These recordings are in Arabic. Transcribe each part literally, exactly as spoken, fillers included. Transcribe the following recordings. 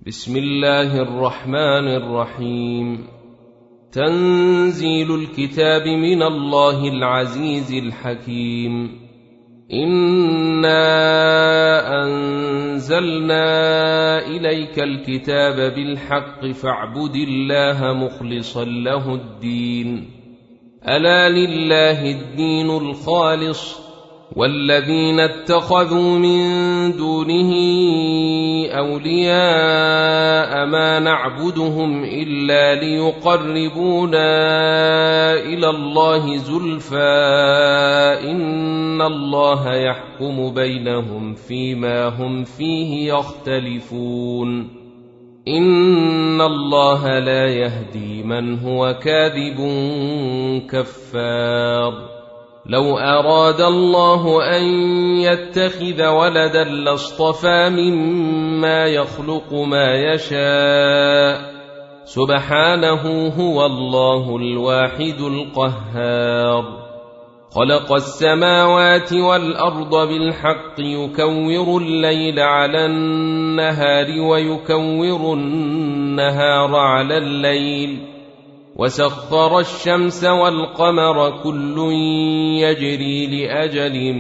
بسم الله الرحمن الرحيم. تنزيل الكتاب من الله العزيز الحكيم. إنا أنزلنا إليك الكتاب بالحق فاعبد الله مخلصا له الدين. ألا لله الدين الخالص، والذين اتخذوا من دونه أولياء ما نعبدهم إلا ليقربونا إلى الله زلفى إن الله يحكم بينهم فيما هم فيه يختلفون. إن الله لا يهدي من هو كاذب كفار. لو أراد الله أن يتخذ ولدا لاصطفى مما يخلق ما يشاء، سبحانه هو الله الواحد القهار. خلق السماوات والأرض بالحق يكور الليل على النهار ويكور النهار على الليل، وسخر الشمس والقمر كل يجري لأجل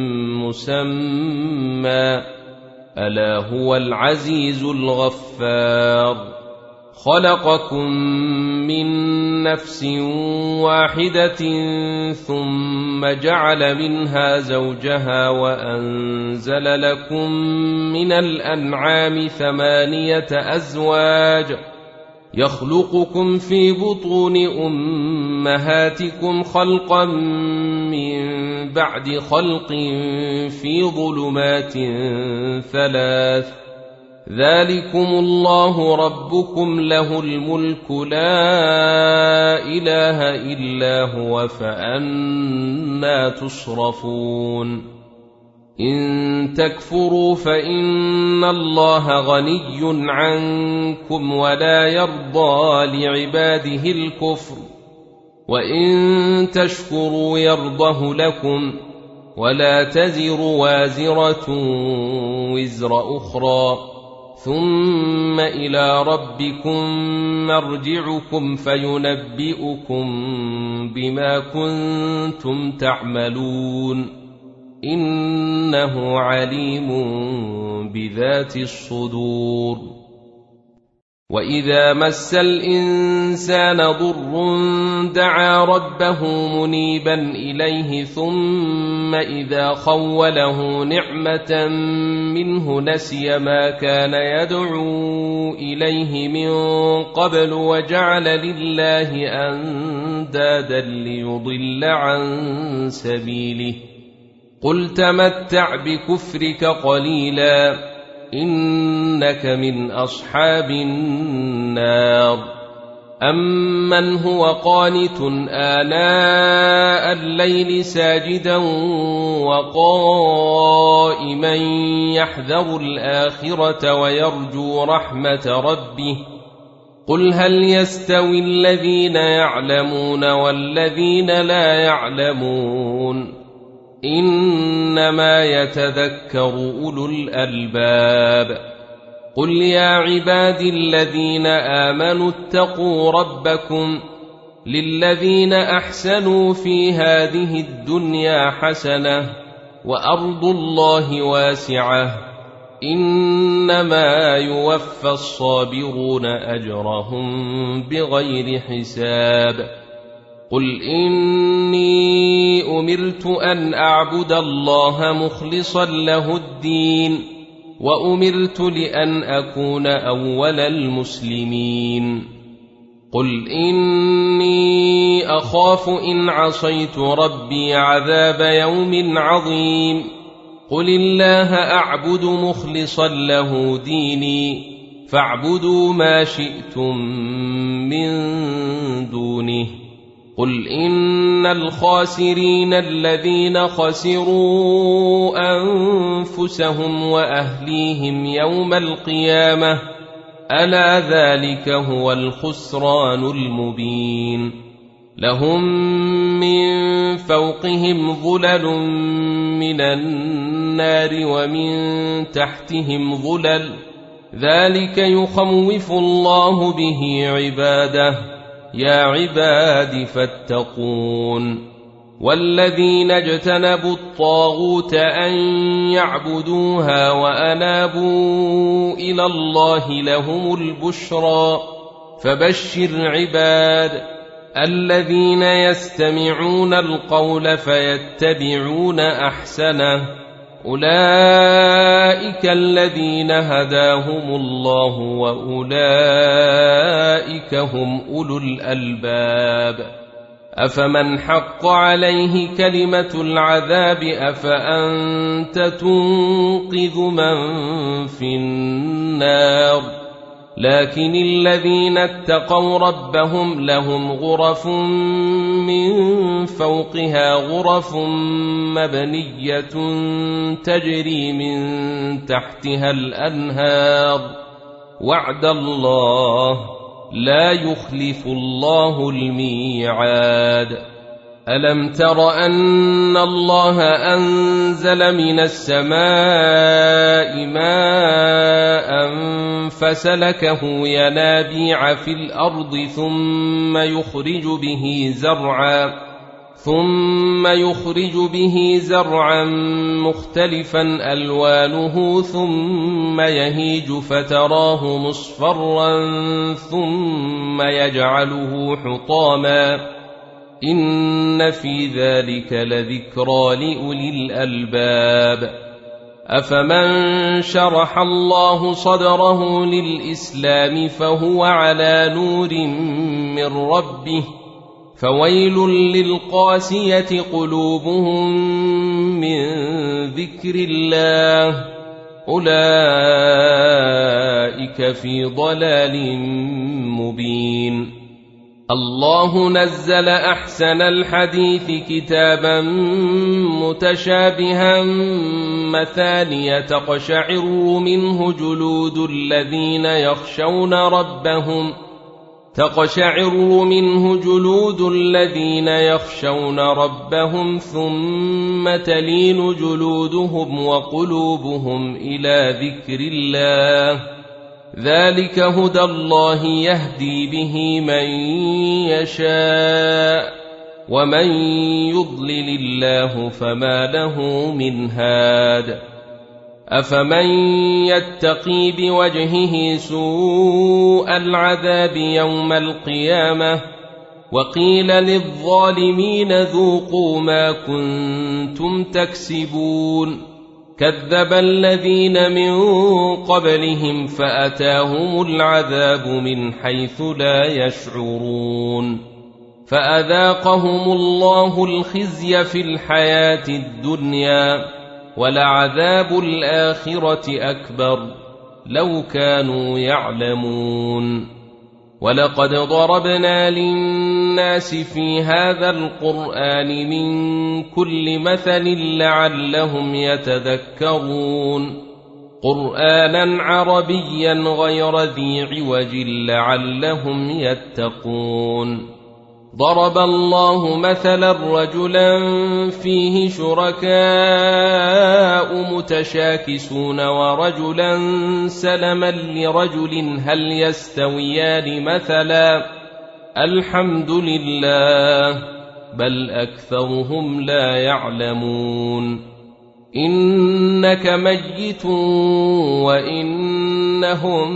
مسمى، ألا هو العزيز الغفار. خلقكم من نفس واحدة ثم جعل منها زوجها وأنزل لكم من الأنعام ثمانية أزواج يخلقكم في بطون أمهاتكم خلقا من بعد خلق في ظلمات ثلاث، ذلكم الله ربكم له الملك لا إله إلا هو فأنى تصرفون. إن تكفروا فإن الله غني عنكم ولا يرضى لعباده الكفر، وإن تشكروا يرضه لكم، ولا تزر وازرة وزر أخرى، ثم إلى ربكم مرجعكم فينبئكم بما كنتم تعملون، إنه عليم بذات الصدور. وإذا مس الإنسان ضر دعا ربه منيبا إليه ثم إذا خوله نعمة منه نسي ما كان يدعو إليه من قبل وجعل لله أندادا ليضل عن سبيله. قل تمتع بكفرك قليلا إنك من أصحاب النار. أمن هو قانت آناء الليل ساجدا وقائما يحذر الآخرة ويرجو رحمة ربه، قل هل يستوي الذين يعلمون والذين لا يعلمون، إنما يتذكر أولو الألباب. قل يا عبادي الذين آمنوا اتقوا ربكم للذين أحسنوا في هذه الدنيا حسنة وأرض الله واسعة، إنما يوفى الصابرون أجرهم بغير حساب. قل إني أمرت أن أعبد الله مخلصا له الدين، وأمرت لأن أكون أول المسلمين. قل إني أخاف إن عصيت ربي عذاب يوم عظيم. قل الله أعبد مخلصا له ديني، فاعبدوا ما شئتم من دونه. قل إن الخاسرين الذين خسروا أنفسهم وأهليهم يوم القيامة، ألا ذلك هو الخسران المبين. لهم من فوقهم ظلل من النار ومن تحتهم ظلل، ذلك يخوف الله به عباده يا عباد فاتقون والذين اجتنبوا الطاغوت أن يعبدوها وأنابوا إلى الله لهم البشرى فبشر عباد الذين يستمعون القول فيتبعون أحسنه أولئك الذين هداهم الله وأولئك هم أولو الألباب أفمن حق عليه كلمة العذاب أفأنت تنقذ من في النار لكن الذين اتقوا ربهم لهم غرف من فوقها غرف مبنية تجري من تحتها الأنهار وعد الله لا يخلف الله الميعاد ألم تر أن الله أنزل من السماء ماء فسلكه ينابيع في الأرض ثم يخرج به زرعا ثم يخرج به زرعا مختلفا ألوانه ثم يهيج فتراه مصفرا ثم يجعله حطاما إن في ذلك لذكرى لأولي الألباب أفمن شرح الله صدره للإسلام فهو على نور من ربه فويل للقاسية قلوبهم من ذكر الله أولئك في ضلال مبين الله نزل أحسن الحديث كتابا متشابها مثانية تقشعر منه جلود الذين يخشون ربهم تقشعر منه جلود الذين يخشون ربهم ثم تلين جلودهم وقلوبهم إلى ذكر الله ذلك هدى الله يهدي به من يشاء ومن يضلل الله فما له من هاد أفمن يتقي بوجهه سوء العذاب يوم القيامة وقيل للظالمين ذوقوا ما كنتم تكسبون كذب الذين من قبلهم فأتاهم العذاب من حيث لا يشعرون فأذاقهم الله الخزي في الحياة الدنيا ولعذاب الآخرة أكبر لو كانوا يعلمون ولقد ضربنا للناس في هذا القرآن من كل مثل لعلهم يتذكرون قرآنا عربيا غير ذي عوج لعلهم يتقون ضرب الله مثلا رجلا فيه شركاء متشاكسون ورجلا سلما لرجل هل يستويان مثلا الحمد لله بل أكثرهم لا يعلمون إنك ميت وإنهم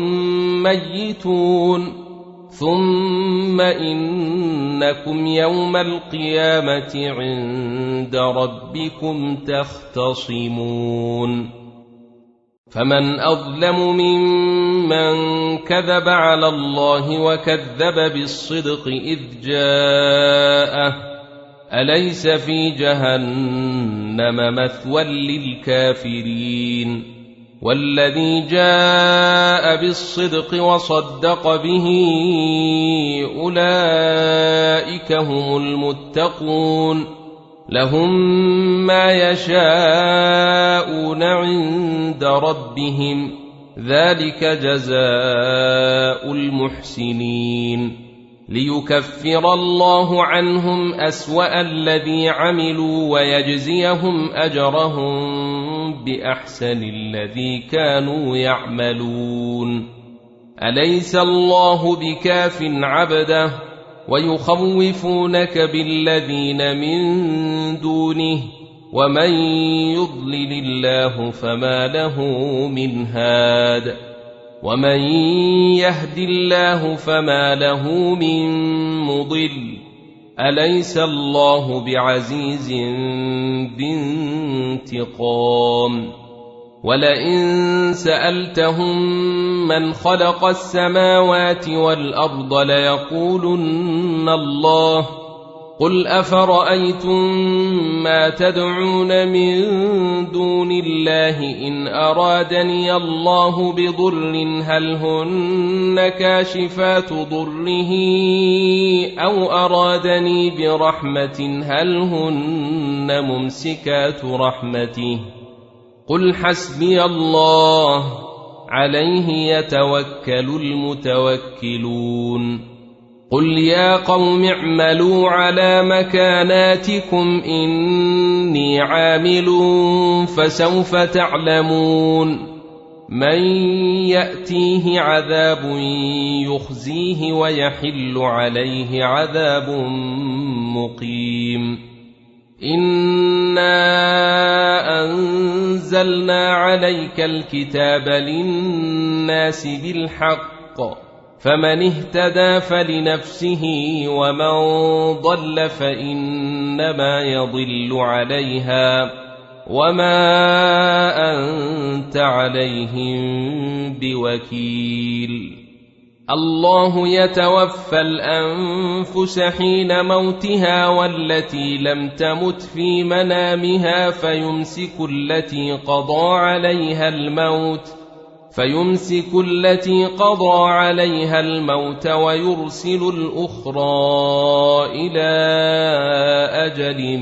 ميتون ثم إنكم يوم القيامة عند ربكم تختصمون فمن أظلم ممن كذب على الله وكذب بالصدق إذ جاءه أليس في جهنم مثوى للكافرين والذي جاء بالصدق وصدق به أولئك هم المتقون لهم ما يشاءون عند ربهم ذلك جزاء المحسنين ليكفر الله عنهم أسوأ الذي عملوا ويجزيهم أجرهم بأحسن الذي كانوا يعملون. أليس الله بكاف عبده ويخوفونك بالذين من دونه ومن يضلل الله فما له من هاد ومن يهد الله فما له من مضل. أليس الله بعزيز ذي انتقام. ولئن سألتهم من خلق السماوات والأرض ليقولن الله. قل أفرأيتم ما تدعون من دون الله إن أرادني الله بضر هل هن كاشفات ضره أو أرادني برحمة هل هن ممسكات رحمته. قل حسبي الله عليه يتوكل المتوكلون. قل يا قوم اعملوا على مكاناتكم إني عامل فسوف تعلمون من يأتيه عذاب يخزيه ويحل عليه عذاب مقيم. إنا أنزلنا عليك الكتاب للناس بالحق فمن اهتدى فلنفسه ومن ضل فإنما يضل عليها وما أنت عليهم بوكيل. الله يتوفى الأنفس حين موتها والتي لم تمت في منامها فيمسك التي قضى عليها الموت فيمسك التي قضى عليها الموت ويرسل الأخرى إلى أجل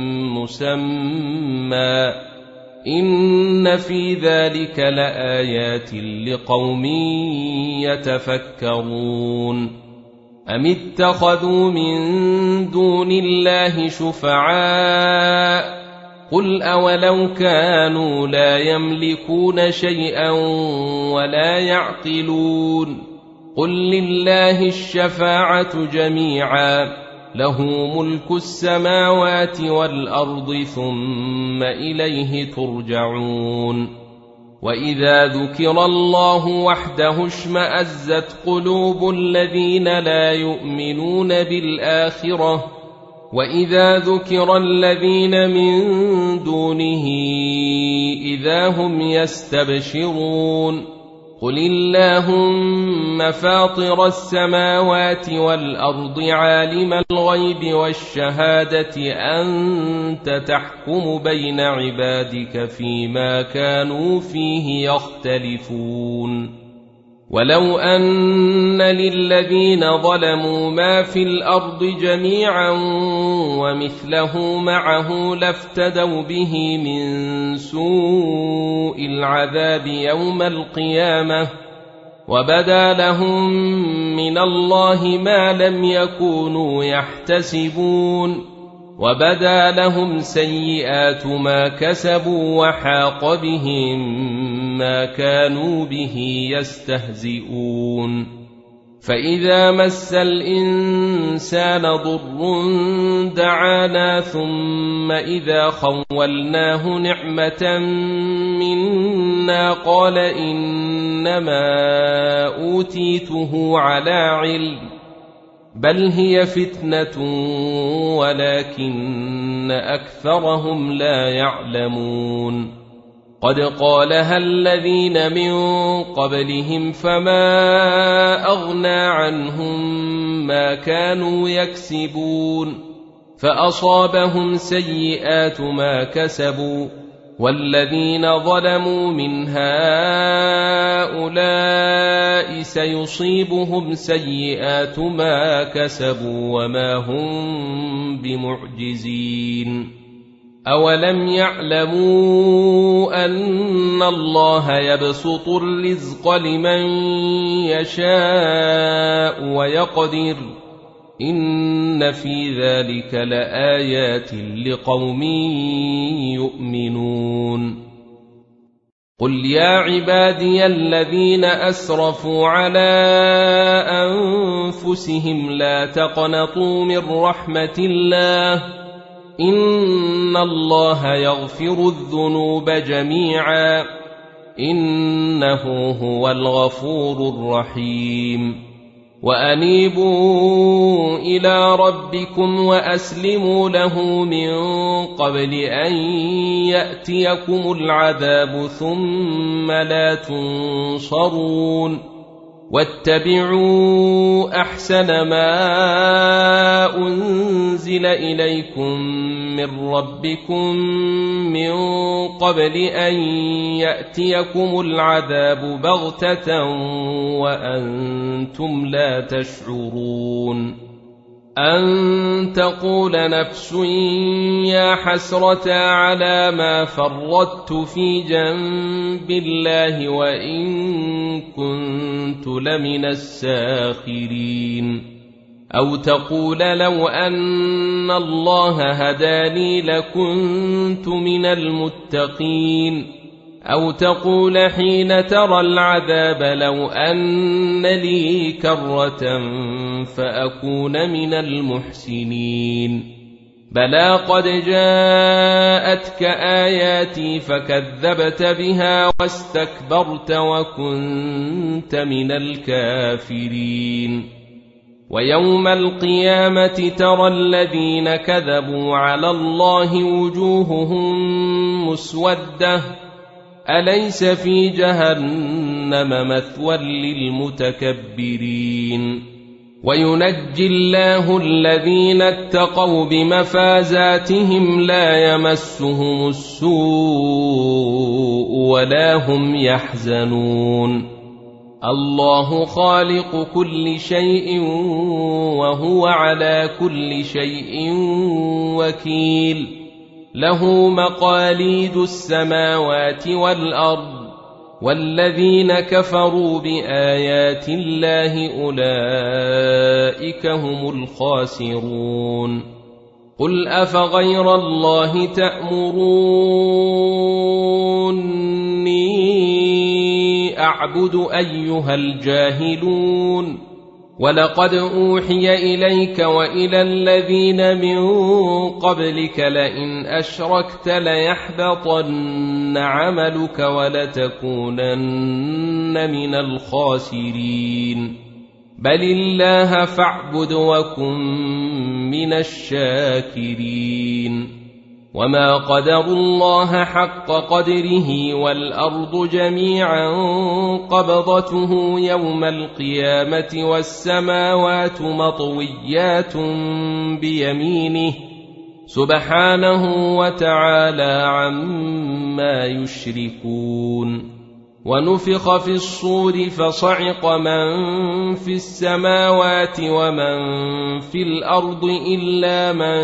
مسمى إن في ذلك لآيات لقوم يتفكرون. أم اتخذوا من دون الله شفعاء قل أولو كانوا لا يملكون شيئا ولا يعقلون. قل لله الشفاعة جميعا له ملك السماوات والأرض ثم إليه ترجعون. وإذا ذكر الله وحده اشمأزت قلوب الذين لا يؤمنون بالآخرة وإذا ذكر الذين من دونه إذا هم يستبشرون. قل اللهم فاطر السماوات والأرض عالم الغيب والشهادة أنت تحكم بين عبادك فيما كانوا فيه يختلفون. ولو أن للذين ظلموا ما في الأرض جميعا ومثله معه لافتدوا به من سوء العذاب يوم القيامة وبدا لهم من الله ما لم يكونوا يحتسبون وبدا لهم سيئات ما كسبوا وحاق بهم ما كانوا به يستهزئون. فإذا مس الإنسان ضر دعانا ثم إذا خولناه نعمة منا قال إنما أوتيته على علم بل هي فتنة ولكن أكثرهم لا يعلمون. قد قالها الذين من قبلهم فما أغنى عنهم ما كانوا يكسبون فأصابهم سيئات ما كسبوا والذين ظلموا من هؤلاء سيصيبهم سيئات ما كسبوا وما هم بمعجزين. أولم يعلموا أن الله يبسط الرزق لمن يشاء ويقدر إن في ذلك لآيات لقوم يؤمنون. قل يا عبادي الذين أسرفوا على أنفسهم لا تقنطوا من رحمة الله إن الله يغفر الذنوب جميعا إنه هو الغفور الرحيم. وأنيبوا إلى ربكم وأسلموا له من قبل أن يأتيكم العذاب ثم لا تنصرون. واتبعوا أحسن ما أنزل إليكم من ربكم من قبل أن يأتيكم العذاب بغتة وأنتم لا تشعرون. أن تقول نفس يا حسرة على ما فرطت في جنب الله وإن كنت لمن الساخرين. أو تقول لو أن الله هداني لكنت من المتقين. أو تقول حين ترى العذاب لو أن لي كرة فأكون من المحسنين. بلى قد جاءتك آياتي فكذبت بها واستكبرت وكنت من الكافرين. ويوم القيامة ترى الذين كذبوا على الله وجوههم مسودة أليس في جهنم مثوى للمتكبرين. وينجي الله الذين اتقوا بمفازاتهم لا يمسهم السوء ولا هم يحزنون. الله خالق كل شيء وهو على كل شيء وكيل. له مقاليد السماوات والأرض والذين كفروا بآيات الله أولئك هم الخاسرون. قل أفغير الله تأمروني أعبد أيها الجاهلون. ولقد أوحي إليك وإلى الذين من قبلك لئن أشركت ليحبطن عملك ولتكونن من الخاسرين. بل الله فاعبد وكن من الشاكرين. وما قدروا الله حق قدره والأرض جميعا قبضته يوم القيامة والسماوات مطويات بيمينه سبحانه وتعالى عما يشركون. ونفخ في الصور فصعق من في السماوات ومن في الأرض إلا من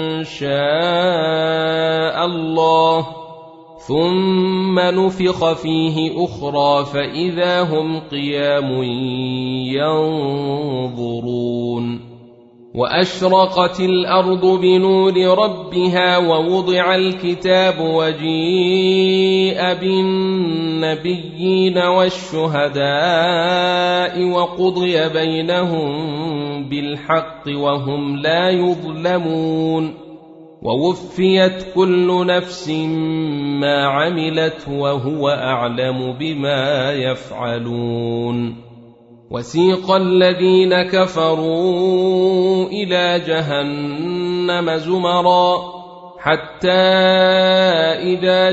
شاء الله ثم نفخ فيه أخرى فإذا هم قيام ينظرون. وأشرقت الأرض بنور ربها ووضع الكتاب وجيء بالنبيين والشهداء وقضي بينهم بالحق وهم لا يظلمون. ووفيت كل نفس ما عملت وهو أعلم بما يفعلون. وسيق الذين كفروا إلى جهنم زمرا حتى إذا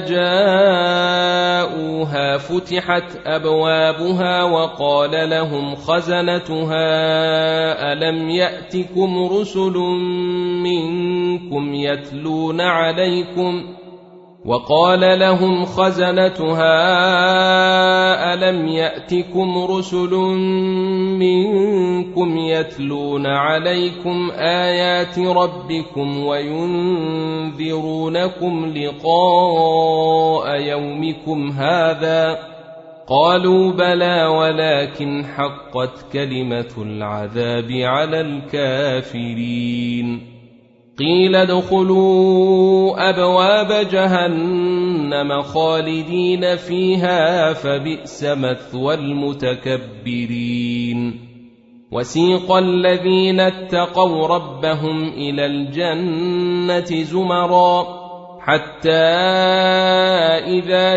جاءوها فتحت أبوابها وقال لهم خزنتها ألم يأتكم رسل منكم يتلون عليكم وقال لهم خزنتها ألم يأتكم رسل منكم يتلون عليكم آيات ربكم وينذرونكم لقاء يومكم هذا قالوا بلى ولكن حقت كلمة العذاب على الكافرين. قيل ادخلوا أبواب جهنم خالدين فيها فبئس مثوى المتكبرين. وسيق الذين اتقوا ربهم إلى الجنة زمرا حتى إذا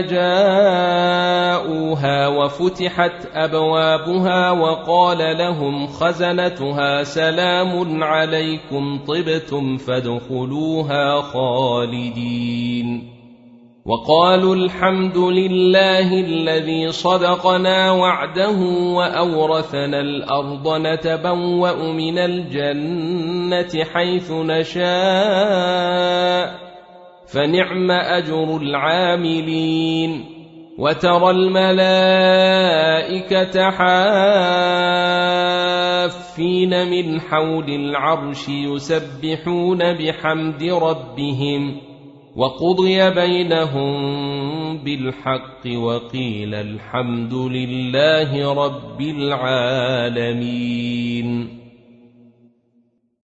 جاءوها وفتحت أبوابها وقال لهم خزنتها سلام عليكم طبتم فادخلوها خالدين. وقالوا الحمد لله الذي صدقنا وعده وأورثنا الأرض نتبوأ من الجنة حيث نشاء فنعم أجر العاملين. وترى الملائكة حافين من حول العرش يسبحون بحمد ربهم وقضي بينهم بالحق وقيل الحمد لله رب العالمين.